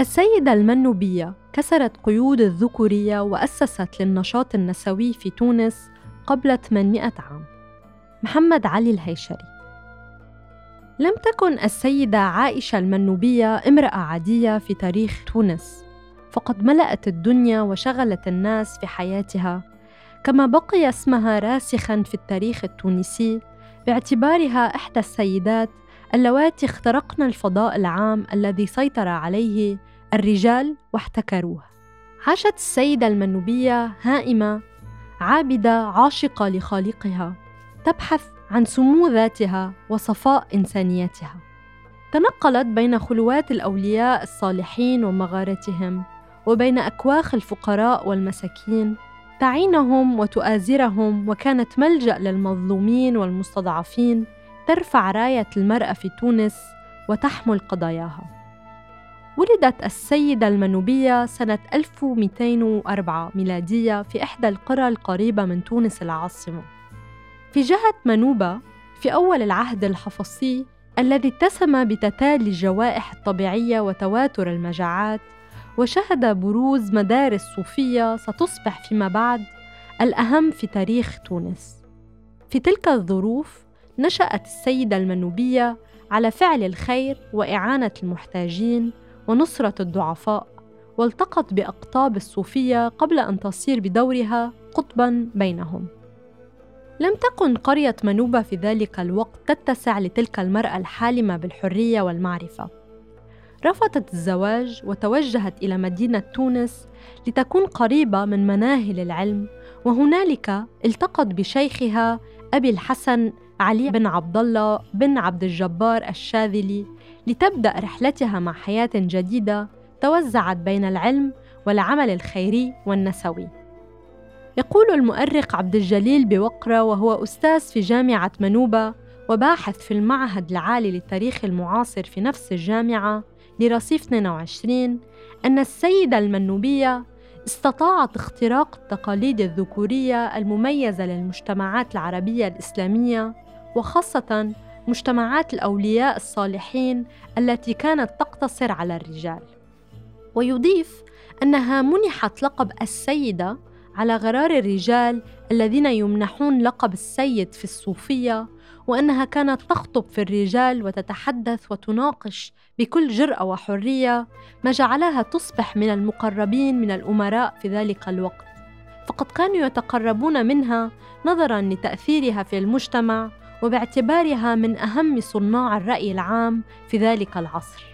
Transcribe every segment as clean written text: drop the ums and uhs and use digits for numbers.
السيدة المنوبية كسرت قيود الذكورية وأسست للنشاط النسوي في تونس قبل 800 عام. محمد علي الهيشري. لم تكن السيدة عائشة المنوبية امرأة عادية في تاريخ تونس، فقد ملأت الدنيا وشغلت الناس في حياتها، كما بقي اسمها راسخاً في التاريخ التونسي باعتبارها إحدى السيدات اللواتي اخترقن الفضاء العام الذي سيطر عليه الرجال واحتكروه. عاشت السيدة المنوبية هائمة، عابدة، عاشقة لخالقها، تبحث عن سمو ذاتها وصفاء إنسانيتها. تنقلت بين خلوات الأولياء الصالحين ومغارتهم، وبين أكواخ الفقراء والمساكين، تعينهم وتؤازرهم، وكانت ملجأ للمظلومين والمستضعفين، ترفع راية المرأة في تونس وتحمل قضاياها. ولدت السيدة المنوبية سنة 1204 ميلادية في إحدى القرى القريبة من تونس العاصمة، في جهة منوبة، في أول العهد الحفصي الذي اتسم بتتالي الجوائح الطبيعية وتواتر المجاعات، وشهد بروز مدارس صوفية ستصبح فيما بعد الأهم في تاريخ تونس. في تلك الظروف نشأت السيدة المنوبية على فعل الخير وإعانة المحتاجين ونصرة الضعفاء، والتقت بأقطاب الصوفية قبل أن تصير بدورها قطباً بينهم. لم تكن قرية منوبة في ذلك الوقت تتسع لتلك المرأة الحالمة بالحرية والمعرفة. رفضت الزواج وتوجهت إلى مدينة تونس لتكون قريبة من مناهل العلم، وهنالك التقت بشيخها أبي الحسن علي بن عبد الله بن عبد الجبار الشاذلي لتبدأ رحلتها مع حياة جديدة توزعت بين العلم والعمل الخيري والنسوي. يقول المؤرخ عبد الجليل بوقرة، وهو أستاذ في جامعة منوبة وباحث في المعهد العالي للتاريخ المعاصر في نفس الجامعة لرصيف 22، أن السيدة المنوبية استطاعت اختراق التقاليد الذكورية المميزة للمجتمعات العربية الإسلامية، وخاصة مجتمعات الأولياء الصالحين التي كانت تقتصر على الرجال. ويضيف أنها منحت لقب السيدة على غرار الرجال الذين يمنحون لقب السيد في الصوفية، وأنها كانت تخطب في الرجال وتتحدث وتناقش بكل جرأة وحرية، ما جعلها تصبح من المقربين من الأمراء في ذلك الوقت، فقد كانوا يتقربون منها نظراً لتأثيرها في المجتمع وباعتبارها من أهم صناع الرأي العام في ذلك العصر.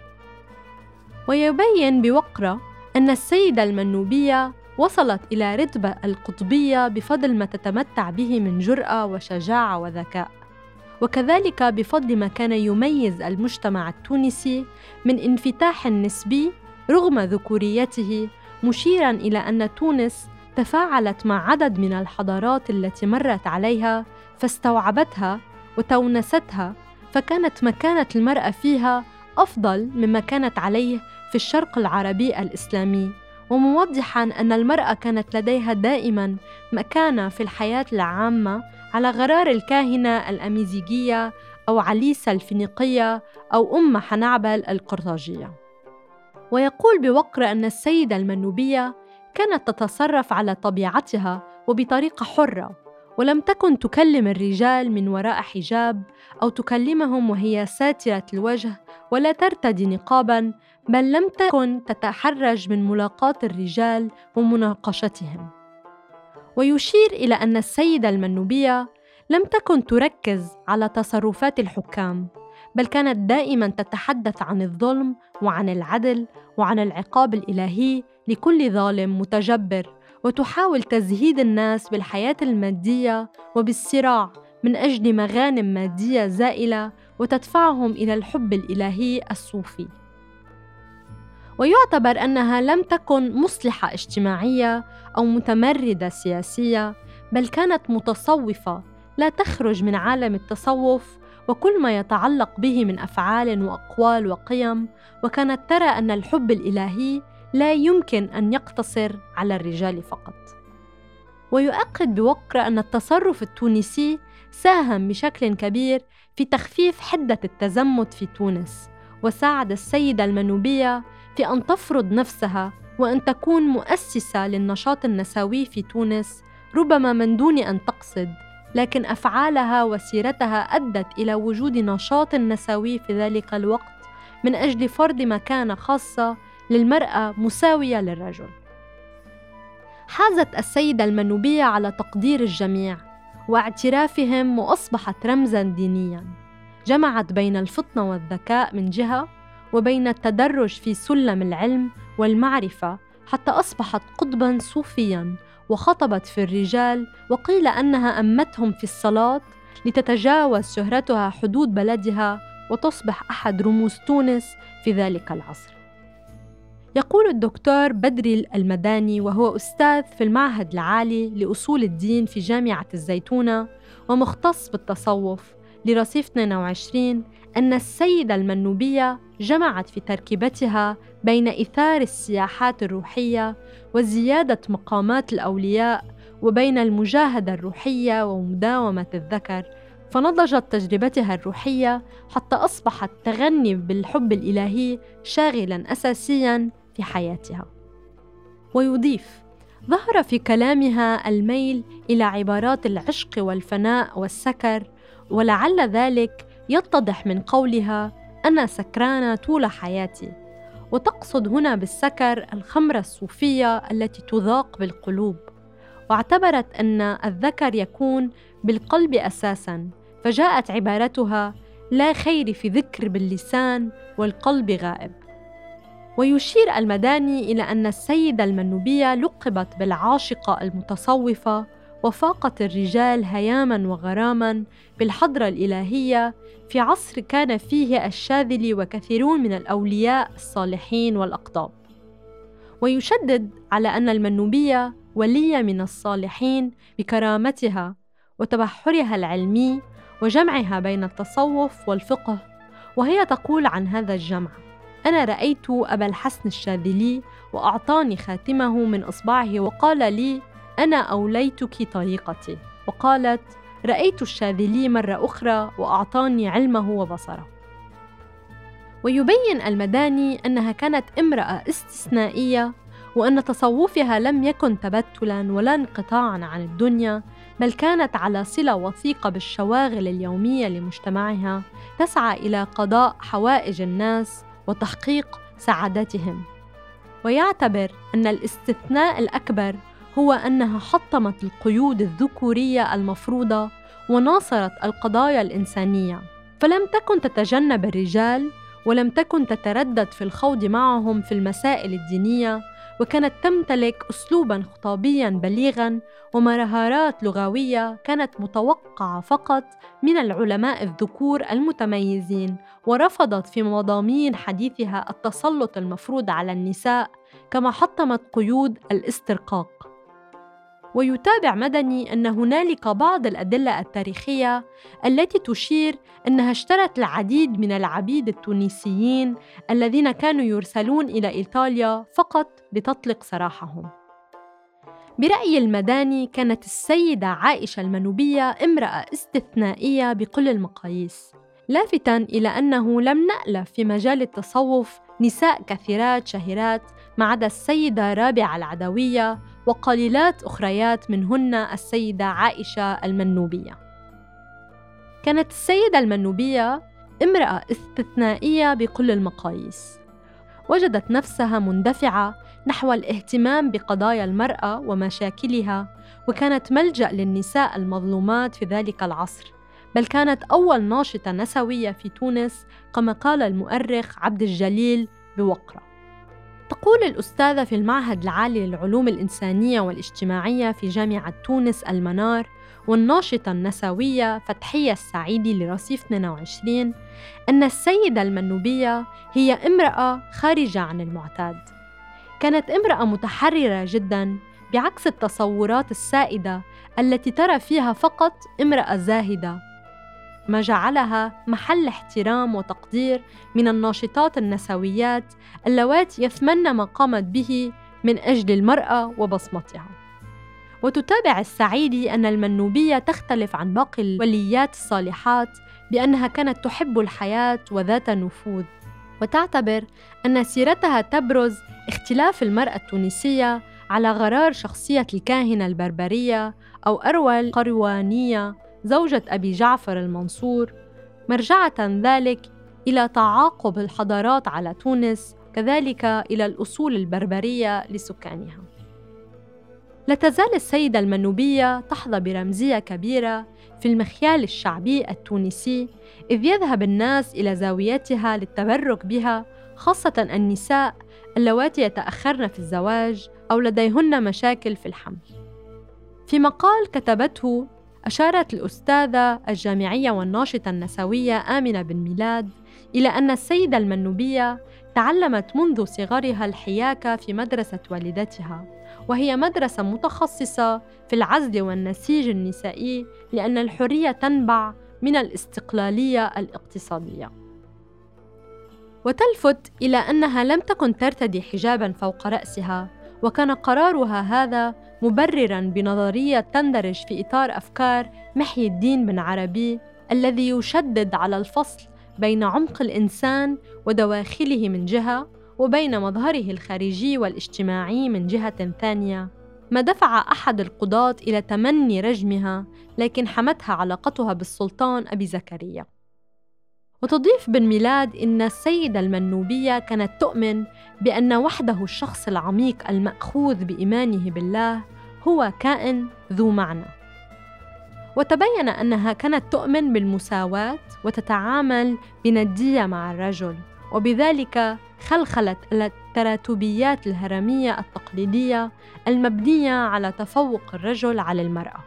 ويبين بوقرة أن السيدة المنوبية وصلت إلى رتبة القطبية بفضل ما تتمتع به من جرأة وشجاعة وذكاء، وكذلك بفضل ما كان يميز المجتمع التونسي من انفتاح نسبي رغم ذكوريته، مشيراً إلى أن تونس تفاعلت مع عدد من الحضارات التي مرت عليها فاستوعبتها وتونستها، فكانت مكانة المرأة فيها أفضل مما كانت عليه في الشرق العربي الإسلامي، وموضحاً أن المرأة كانت لديها دائماً مكانة في الحياة العامة على غرار الكاهنة الأميزيغية أو عليسة الفينيقية أو أم حنعبل القرطاجية. ويقول بوقر أن السيدة المنوبية كانت تتصرف على طبيعتها وبطريقة حرة، ولم تكن تكلم الرجال من وراء حجاب أو تكلمهم وهي ساترة الوجه ولا ترتدي نقاباً، بل لم تكن تتحرج من ملاقاة الرجال ومناقشتهم. ويشير إلى أن السيدة المنوبية لم تكن تركز على تصرفات الحكام، بل كانت دائماً تتحدث عن الظلم وعن العدل وعن العقاب الإلهي لكل ظالم متجبر، وتحاول تزهيد الناس بالحياة المادية وبالصراع من أجل مغانم مادية زائلة وتدفعهم إلى الحب الإلهي الصوفي. ويعتبر أنها لم تكن مصلحة اجتماعية أو متمردة سياسية، بل كانت متصوفة لا تخرج من عالم التصوف وكل ما يتعلق به من أفعال وأقوال وقيم، وكانت ترى أن الحب الإلهي لا يمكن أن يقتصر على الرجال فقط. ويؤكد بوقر أن التصرف التونسي ساهم بشكل كبير في تخفيف حدة التزمت في تونس، وساعد السيدة المنوبية في أن تفرض نفسها وأن تكون مؤسسة للنشاط النسوي في تونس، ربما من دون أن تقصد، لكن أفعالها وسيرتها أدت إلى وجود نشاط نسوي في ذلك الوقت من أجل فرض مكانة خاصة للمرأة مساوية للرجل. حازت السيدة المنوبية على تقدير الجميع واعترافهم، وأصبحت رمزاً دينياً جمعت بين الفطنة والذكاء من جهة، وبين التدرج في سلم العلم والمعرفة، حتى أصبحت قطباً صوفياً وخطبت في الرجال، وقيل أنها أمتهم في الصلاة لتتجاوز شهرتها حدود بلدها وتصبح أحد رموز تونس في ذلك العصر. يقول الدكتور بدري المداني، وهو أستاذ في المعهد العالي لأصول الدين في جامعة الزيتونة ومختص بالتصوف لرصيف 22، أن السيدة المنوبية جمعت في تركيبتها بين إثار السياحات الروحية وزيادة مقامات الأولياء، وبين المجاهدة الروحية ومداومة الذكر، فنضجت تجربتها الروحية حتى أصبح التغني بالحب الإلهي شاغلاً أساسياً في حياتها. ويضيف: ظهر في كلامها الميل إلى عبارات العشق والفناء والسكر، ولعل ذلك يتضح من قولها: أنا سكرانة طول حياتي، وتقصد هنا بالسكر الخمرة الصوفية التي تذاق بالقلوب، واعتبرت أن الذكر يكون بالقلب أساساً، فجاءت عبارتها: لا خير في ذكر باللسان والقلب غائب. ويشير المداني إلى أن السيدة المنوبية لقبت بالعاشقة المتصوفة، وفاقت الرجال هياماً وغراماً بالحضرة الإلهية في عصر كان فيه الشاذلي وكثيرون من الأولياء الصالحين والأقطاب. ويشدد على أن المنوبية ولية من الصالحين بكرامتها وتبحرها العلمي وجمعها بين التصوف والفقه، وهي تقول عن هذا الجمع: أنا رأيت أبا الحسن الشاذلي وأعطاني خاتمه من إصبعه وقال لي: أنا أوليتك طريقتي. وقالت: رأيت الشاذلي مرة أخرى وأعطاني علمه وبصره. ويبين المداني أنها كانت امرأة استثنائية، وأن تصوفها لم يكن تبتلاً ولا انقطاعاً عن الدنيا، بل كانت على صلة وثيقة بالشواغل اليومية لمجتمعها، تسعى إلى قضاء حوائج الناس وتحقيق سعادتهم. ويعتبر أن الاستثناء الأكبر هو أنها حطمت القيود الذكورية المفروضة وناصرت القضايا الإنسانية، فلم تكن تتجنب الرجال، ولم تكن تتردد في الخوض معهم في المسائل الدينية، وكانت تمتلك أسلوباً خطابياً بليغاً ومهارات لغوية كانت متوقعة فقط من العلماء الذكور المتميزين، ورفضت في مضامين حديثها التسلط المفروض على النساء، كما حطمت قيود الاسترقاق. ويتابع مدني أن هنالك بعض الأدلة التاريخية التي تشير أنها اشترت العديد من العبيد التونسيين الذين كانوا يرسلون إلى إيطاليا فقط لتطلق سراحهم. برأي المداني كانت السيدة عائشة المنوبية امرأة استثنائية بكل المقاييس، لافتاً إلى أنه لم نألف في مجال التصوف نساء كثيرات شهيرات ما عدا السيدة رابعة العدوية وقليلات أخريات منهن السيدة عائشة المنوبية. كانت السيدة المنوبية امرأة استثنائية بكل المقاييس، وجدت نفسها مندفعة نحو الاهتمام بقضايا المرأة ومشاكلها، وكانت ملجأ للنساء المظلومات في ذلك العصر، بل كانت أول ناشطة نسوية في تونس كما قال المؤرخ عبد الجليل بوقرة. تقول الأستاذة في المعهد العالي للعلوم الإنسانية والاجتماعية في جامعة تونس المنار والناشطة النسوية فتحية السعيدي لرصيف 22 أن السيدة المنوبية هي امرأة خارجة عن المعتاد. كانت امرأة متحررة جداً بعكس التصورات السائدة التي ترى فيها فقط امرأة زاهدة، ما جعلها محل احترام وتقدير من الناشطات النسويات اللواتي يثمن ما قامت به من أجل المرأة وبصمتها. وتتابع السعيدي أن المنوبية تختلف عن باقي الوليات الصالحات بأنها كانت تحب الحياة وذات نفوذ، وتعتبر أن سيرتها تبرز اختلاف المرأة التونسية على غرار شخصية الكاهنة البربرية أو أروى القروانية زوجة أبي جعفر المنصور، مرجعة ذلك إلى تعاقب الحضارات على تونس، كذلك إلى الأصول البربرية لسكانها. لا تزال السيدة المنوبية تحظى برمزية كبيرة في المخيال الشعبي التونسي، إذ يذهب الناس إلى زاويتها للتبرك بها، خاصة النساء اللواتي يتأخرن في الزواج أو لديهن مشاكل في الحمل. في مقال كتبته أشارت الأستاذة الجامعية والناشطة النسوية آمنة بن ميلاد إلى أن السيدة المنوبية تعلمت منذ صغرها الحياكة في مدرسة والدتها، وهي مدرسة متخصصة في العزل والنسيج النسائي، لأن الحرية تنبع من الاستقلالية الاقتصادية. وتلفت إلى أنها لم تكن ترتدي حجاباً فوق رأسها، وكان قرارها هذا مبرراً بنظرية تندرج في إطار أفكار محي الدين بن عربي الذي يشدد على الفصل بين عمق الإنسان ودواخله من جهة، وبين مظهره الخارجي والاجتماعي من جهة ثانية، ما دفع أحد القضاة إلى تمني رجمها، لكن حمتها علاقتها بالسلطان أبي زكريا. وتضيف بن ميلاد إن السيدة المنوبية كانت تؤمن بأن وحده الشخص العميق المأخوذ بإيمانه بالله هو كائن ذو معنى. وتبين أنها كانت تؤمن بالمساواة وتتعامل بندية مع الرجل، وبذلك خلخلت التراتبيات الهرمية التقليدية المبنية على تفوق الرجل على المرأة.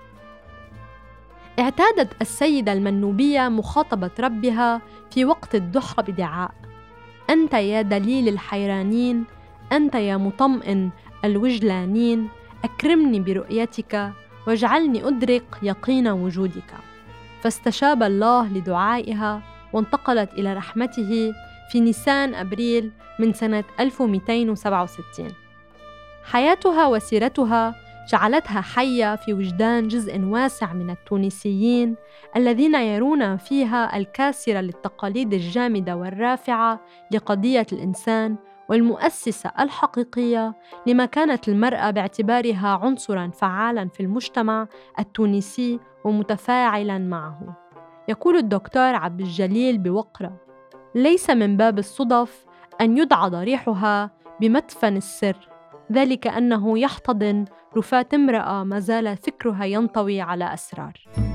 اعتادت السيدة المنوبية مخاطبة ربها في وقت الضحى بدعاء: أنت يا دليل الحيرانين، أنت يا مطمئن الوجلانين، أكرمني برؤيتك واجعلني أدرك يقين وجودك. فاستجاب الله لدعائها وانتقلت إلى رحمته في نيسان أبريل من سنة 1267. حياتها وسيرتها جعلتها حية في وجدان جزء واسع من التونسيين الذين يرون فيها الكاسرة للتقاليد الجامدة والرافعة لقضية الإنسان، والمؤسسة الحقيقية لما كانت المرأة باعتبارها عنصراً فعالاً في المجتمع التونسي ومتفاعلاً معه. يقول الدكتور عبد الجليل بوقرة: ليس من باب الصدف أن يدعى ضريحها بمدفن السر، ذلك أنه يحتضن رفاة امرأة ما زال فكرها ينطوي على أسرار.